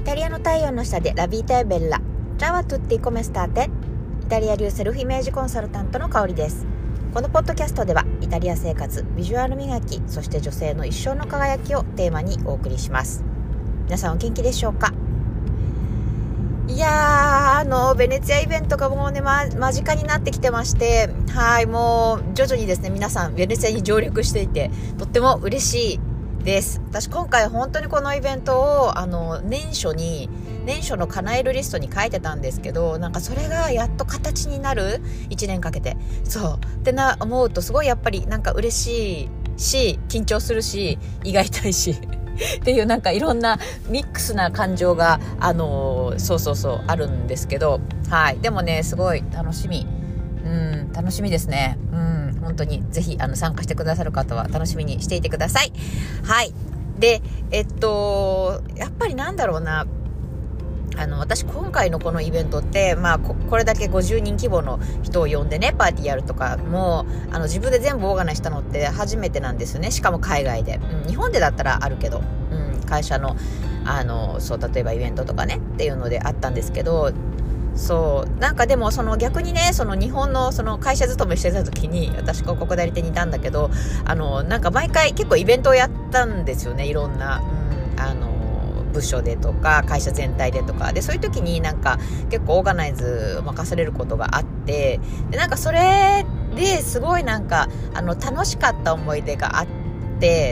タリアの太陽の下でラビータエベッラ。Ciao a tutti, come state? イタリア流セルフイメージコンサルタントの香りです。このポッドキャストではイタリア生活、ビジュアル磨き、そして女性の一生の輝きをテーマにお送りします。皆さんお元気でしょうか？いやー、ベネツィアイベントがもうね、間近になってきてまして、はい、もう徐々にですね、皆さんベネツィアに上陸していて、とっても嬉しいです。私今回本当にこのイベントを年初の叶えるリストに書いてたんですけど、なんかそれがやっと形になる1年かけて、そうって思うとすごいやっぱりなんか嬉しいし、緊張するし、胃が痛いしっていうなんかいろんなミックスな感情がそうあるんですけど、はい、でもねすごい楽しみですね。本当にぜひ参加してくださる方は楽しみにしていてください。はい。でやっぱりなんだろうな、私今回のこのイベントって、これだけ50人規模の人を呼んでね、パーティーやるとかも自分で全部オーガナイズしたのって初めてなんですよね。しかも海外で、日本でだったらあるけど、会社の例えばイベントとかねっていうのであったんですけど、そうなんかでも逆にね、日本の会社勤めしてた時に私広告代理店にいたんだけど、なんか毎回結構イベントをやったんですよね。いろんな、部署でとか会社全体でとかで、そういう時になんか結構オーガナイズ任されることがあって、でなんかそれですごいなんか楽しかった思い出があって、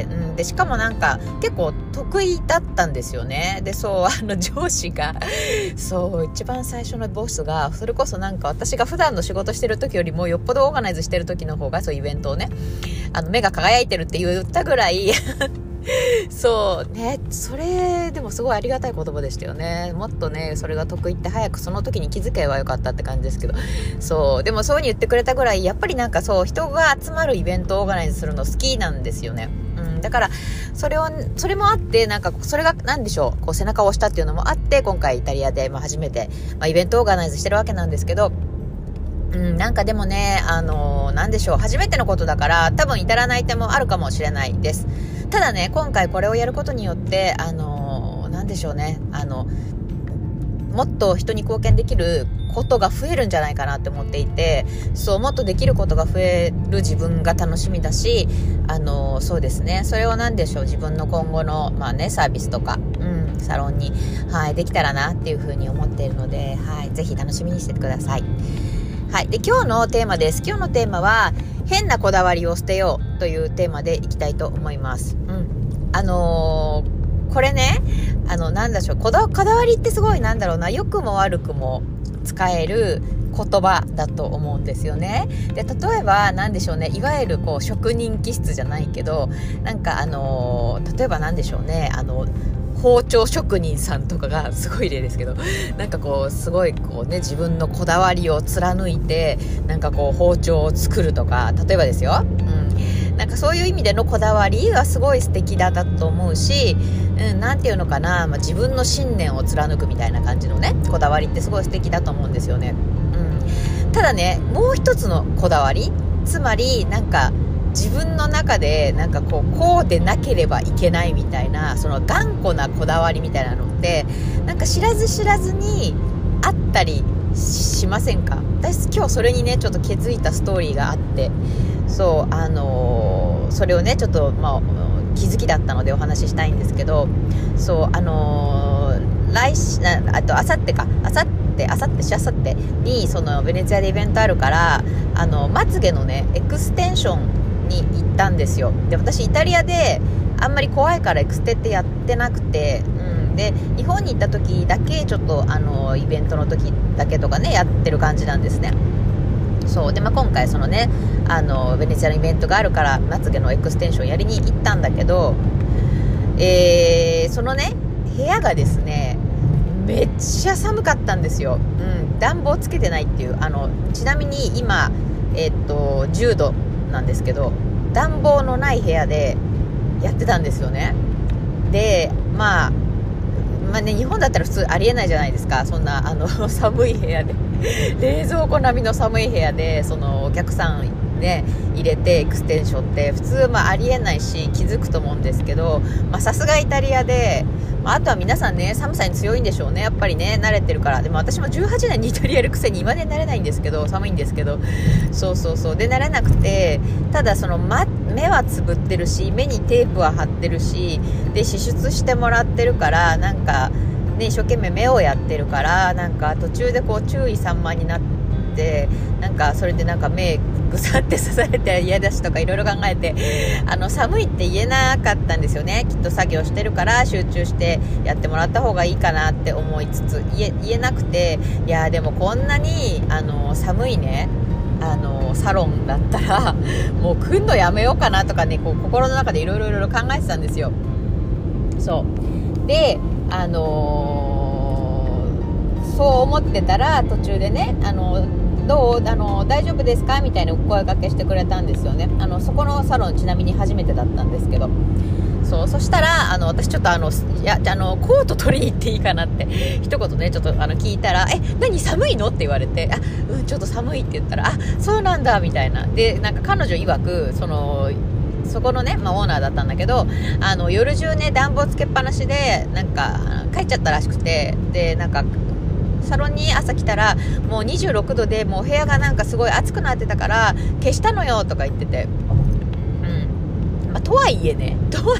でしかもなんか結構得意だったんですよね。で上司が一番最初のボスがそれこそなんか私が普段の仕事してる時よりもよっぽどオーガナイズしてる時の方がそういうイベントをね目が輝いてるって言ったぐらいそうね、それでもすごいありがたい言葉でしたよね。もっとねそれが得意って早くその時に気づけばよかったって感じですけど、でもそういう風に言ってくれたぐらいやっぱりなんか人が集まるイベントをオーガナイズするの好きなんですよね。だからそれもあってなんかそれがなんでしょう、背中を押したっていうのもあって今回イタリアで初めてイベントをオーガナイズしてるわけなんですけど、なんかでもねなんでしょう、初めてのことだから多分至らない点もあるかもしれないです。ただね今回これをやることによってなんでしょうね、もっと人に貢献できることが増えるんじゃないかなって思っていて、もっとできることが増える自分が楽しみだし、そうですね、それをなんでしょう、自分の今後のサービスとか、サロンに、できたらなっていうふうに思っているので、ぜひ楽しみにしててください。で今日のテーマです。今日のテーマは変なこだわりを捨てようというテーマでいきたいと思います。これねなんでしょう、こだわりってすごいなんだろうな、良くも悪くも使える言葉だと思うんですよね。で例えばなんでしょうね、いわゆる職人気質じゃないけど、なんか例えばなんでしょうね、包丁職人さんとかがすごい例ですけど、なんかすごい自分のこだわりを貫いてなんか包丁を作るとか、例えばですよ、なんかそういう意味でのこだわりはすごい素敵だと思うし、なんていうのかな、自分の信念を貫くみたいな感じのねこだわりってすごい素敵だと思うんですよね。ただねもう一つのこだわり、つまりなんか自分の中でなんかこうでなければいけないみたいな、頑固なこだわりみたいなのってなんか知らず知らずにあったりしませんか？私今日それにねちょっと気づいたストーリーがあって、それをねちょっと気づきだったのでお話ししたいんですけど、あさってにベネツィアでイベントあるから、まつげのねエクステンションに行ったんですよ。で私イタリアであんまり怖いからエクステってやってなくて、で日本に行った時だけちょっとイベントの時だけとかねやってる感じなんですね。で今回ベネツィアのイベントがあるからまつげのエクステンションやりに行ったんだけど、そのね部屋がですねめっちゃ寒かったんですよ。暖房つけてないっていう、ちなみに今10度なんですけど暖房のない部屋でやってたんですよね。でね、日本だったら普通ありえないじゃないですか、そんな寒い部屋で冷蔵庫並みの寒い部屋でお客さんね入れてエクステンションって普通ありえないし気づくと思うんですけど、さすがイタリアで、あとは皆さんね寒さに強いんでしょうね、やっぱりね慣れてるから。でも私も18年にイタリアいるくせに今で慣れないんですけど、寒いんですけど、そうで慣れなくて、ただ目はつぶってるし、目にテープは貼ってるし、で支出してもらってるから、なんかね、一生懸命目をやってるから、なんか途中でこう注意散漫になって、なんかそれでなんか目ぐさって刺されて嫌だしとかいろいろ考えて、寒いって言えなかったんですよね。きっと作業してるから集中してやってもらった方がいいかなって思いつつ言えなくて、いやでもこんなに寒いねサロンだったらもう来んのやめようかなとかね、こう心の中でいろいろ考えてたんですよ。そうでそう思ってたら途中でねどう大丈夫ですかみたいなお声掛けしてくれたんですよね。そこのサロンちなみに初めてだったんですけど、そしたら私ちょっとコート取りに行っていいかなって一言ねちょっと聞いたら、何寒いのって言われて、ちょっと寒いって言ったら、そうなんだみたいな。でなんか彼女曰くそこのね、オーナーだったんだけど、夜中ね暖房つけっぱなしでなんか帰っちゃったらしくて、でなんかサロンに朝来たらもう26度でもう部屋がなんかすごい暑くなってたから消したのよとか言ってて、とはいえ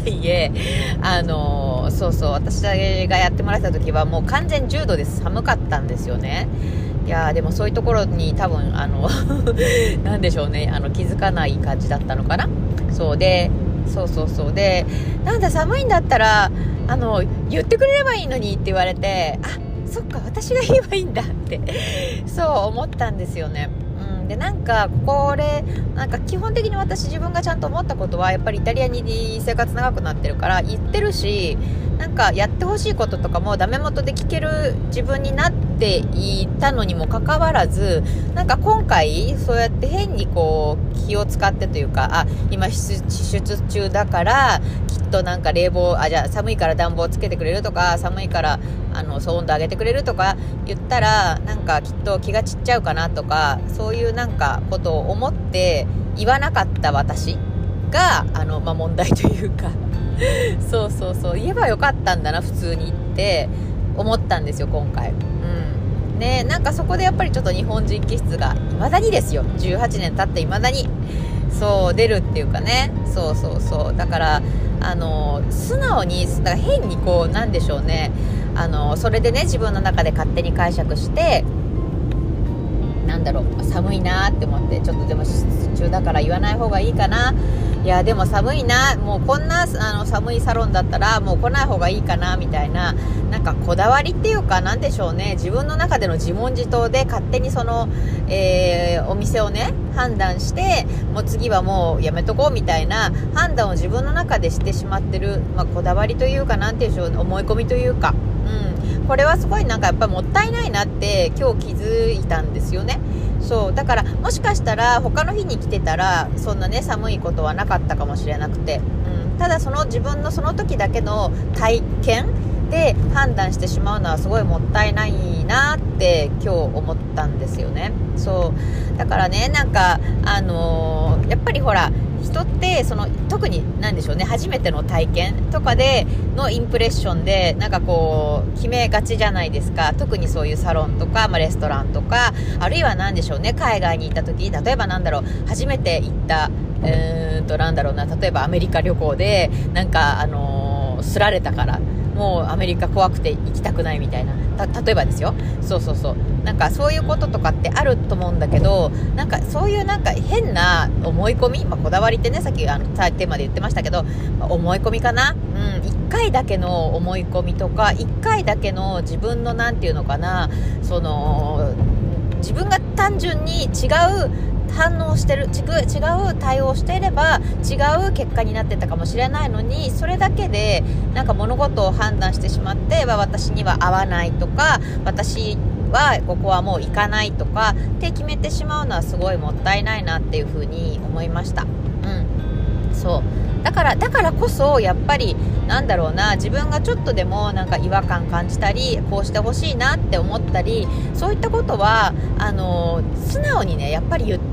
私がやってもらった時はもう完全10度で寒かったんですよね。いやでもそういうところに多分なんでしょうね、気づかない感じだったのかな。でなんだ寒いんだったら言ってくれればいいのにって言われて、そっか私が言えばいいんだってそう思ったんですよね。でなんかこれなんか基本的に私自分がちゃんと思ったことは、やっぱりイタリアに生活長くなってるから言ってるし、なんかやってほしいこととかもダメ元で聞ける自分になっていたのにもかかわらず、なんか今回そうやって変にこう気を使ってというか、今支出中だからきっとなんか冷房じゃあ寒いから暖房つけてくれるとか、寒いから温度上げてくれるとか言ったらなんかきっと気が散っちゃうかなとか、そういうなんかことを思って言わなかった私が問題というかそう言えばよかったんだな普通にって思ったんですよ今回。ね、なんかそこでやっぱりちょっと日本人気質が未だにですよ、18年経って未だに出るっていうかね。だから素直にだから変にこうなんでしょうね、それでね自分の中で勝手に解釈してなんだろう、寒いなって思って、ちょっとでも支出中だから言わない方がいいかな、いやでも寒いな、もうこんな寒いサロンだったらもう来ない方がいいかなみたいな、なんかこだわりっていうかなんでしょうね、自分の中での自問自答で勝手にお店をね判断して、もう次はもうやめとこうみたいな判断を自分の中でしてしまってる、こだわりというかなんていうんでしょう、思い込みというか、これはすごいなんかやっぱりもったいないなって今日気づいたんですよね。だからもしかしたら他の日に来てたらそんなね寒いことはなかったかもしれなくて、ただ自分のその時だけの体験で判断してしまうのはすごいもったいないなって今日思ったんですよね。だからねなんかやっぱりほら人って特に何でしょうね、初めての体験とかでのインプレッションでなんかこう決めがちじゃないですか。特にそういうサロンとか、レストランとか、あるいは何でしょうね、海外に行った時、例えば初めて行ったなんだろうな、例えばアメリカ旅行でなんかすられたからもうアメリカ怖くて行きたくないみたいな、例えばですよ。なんかそういうこととかってあると思うんだけど、なんかそういうなんか変な思い込み、こだわりってねさっきテーマで言ってましたけど、思い込みかな。1回だけの思い込みとか1回だけの自分のなんていうのかな、自分が単純に違う反応してる、違う対応していれば違う結果になってたかもしれないのに、それだけでなんか物事を判断してしまって、私には合わないとか、私はここはもう行かないとかって決めてしまうのはすごいもったいないなっていうふうに思いました。だからこそやっぱりなんだろうな、自分がちょっとでもなんか違和感感じたり、こうしてほしいなって思ったり、そういったことは素直にねやっぱり言って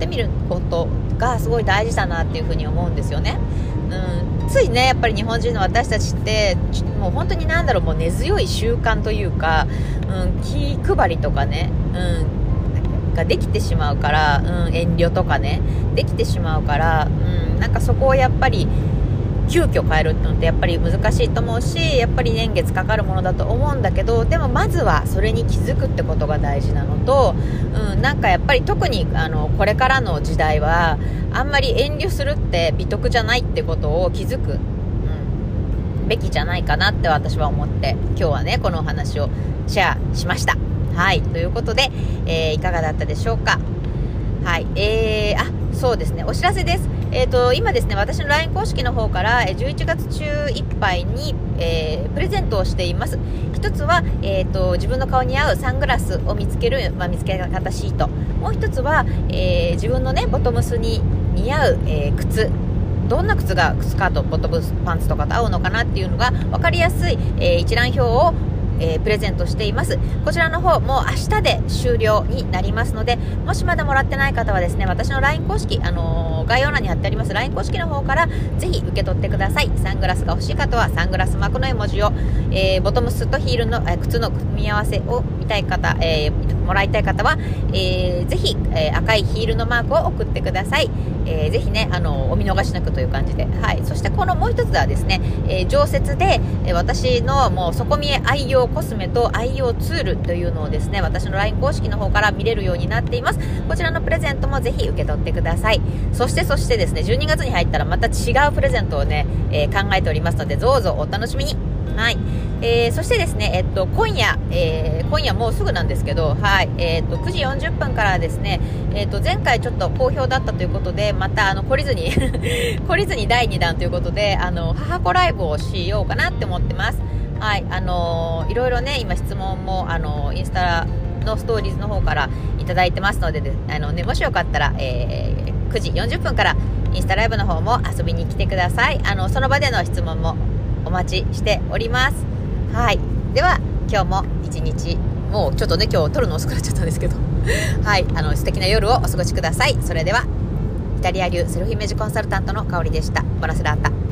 ってみることがすごい大事だなっていうふうに思うんですよね。ついねやっぱり日本人の私たちってもう本当にもう根強い習慣というか、気配りとかね、ができてしまうから、遠慮とかねできてしまうから、なんかそこをやっぱり急遽変えるのってやっぱり難しいと思うし、やっぱり年月かかるものだと思うんだけど、でもまずはそれに気づくってことが大事なのと、なんかやっぱり特にこれからの時代はあんまり遠慮するって美徳じゃないってことを気づく、べきじゃないかなって私は思って、今日はねこのお話をシェアしました。はい、ということで、いかがだったでしょうか。はい、そうですね、お知らせです。今ですね、私の LINE 公式の方から11月中いっぱいに、プレゼントをしています。一つは、自分の顔に合うサングラスを見つける、見つけ方シート。もう一つは、自分のねボトムスに似合う、靴、どんな靴がスカート、ボトムスパンツとかと合うのかなっていうのが分かりやすい、一覧表をプレゼントしています。こちらの方もう明日で終了になりますので、もしまだもらってない方はですね、私の LINE 公式、概要欄に貼ってあります LINE 公式の方からぜひ受け取ってください。サングラスが欲しい方はサングラスマークの絵文字を、ボトムスとヒールの、靴の組み合わせを見たい方、もらいたい方は、ぜひ、赤いヒールのマークを送ってください。ぜひねお見逃しなくという感じで、はい。そしてこのもう一つはですね、常設で、私のもう底見え愛用コスメと愛用ツールというのをですね、私の LINE 公式の方から見れるようになっています。こちらのプレゼントもぜひ受け取ってください。そしてですね、12月に入ったらまた違うプレゼントをね、考えておりますので、どうぞお楽しみに。はい。そしてですね、今夜もうすぐなんですけど、はい。9時40分からですね、前回ちょっと好評だったということで、また懲りずに懲りずに第2弾ということで、母子ライブをしようかなって思ってます。はい。いろいろね、今質問もインスタのストーリーズの方からいただいてますので、もしよかったら、9時40分からインスタライブの方も遊びに来てください。その場での質問もお待ちしております。はい。では今日も一日、もうちょっとね今日撮るの遅くなっちゃったんですけどはい、素敵な夜をお過ごしください。それではイタリア流セルフイメージコンサルタントの香りでした。ボナセラータ。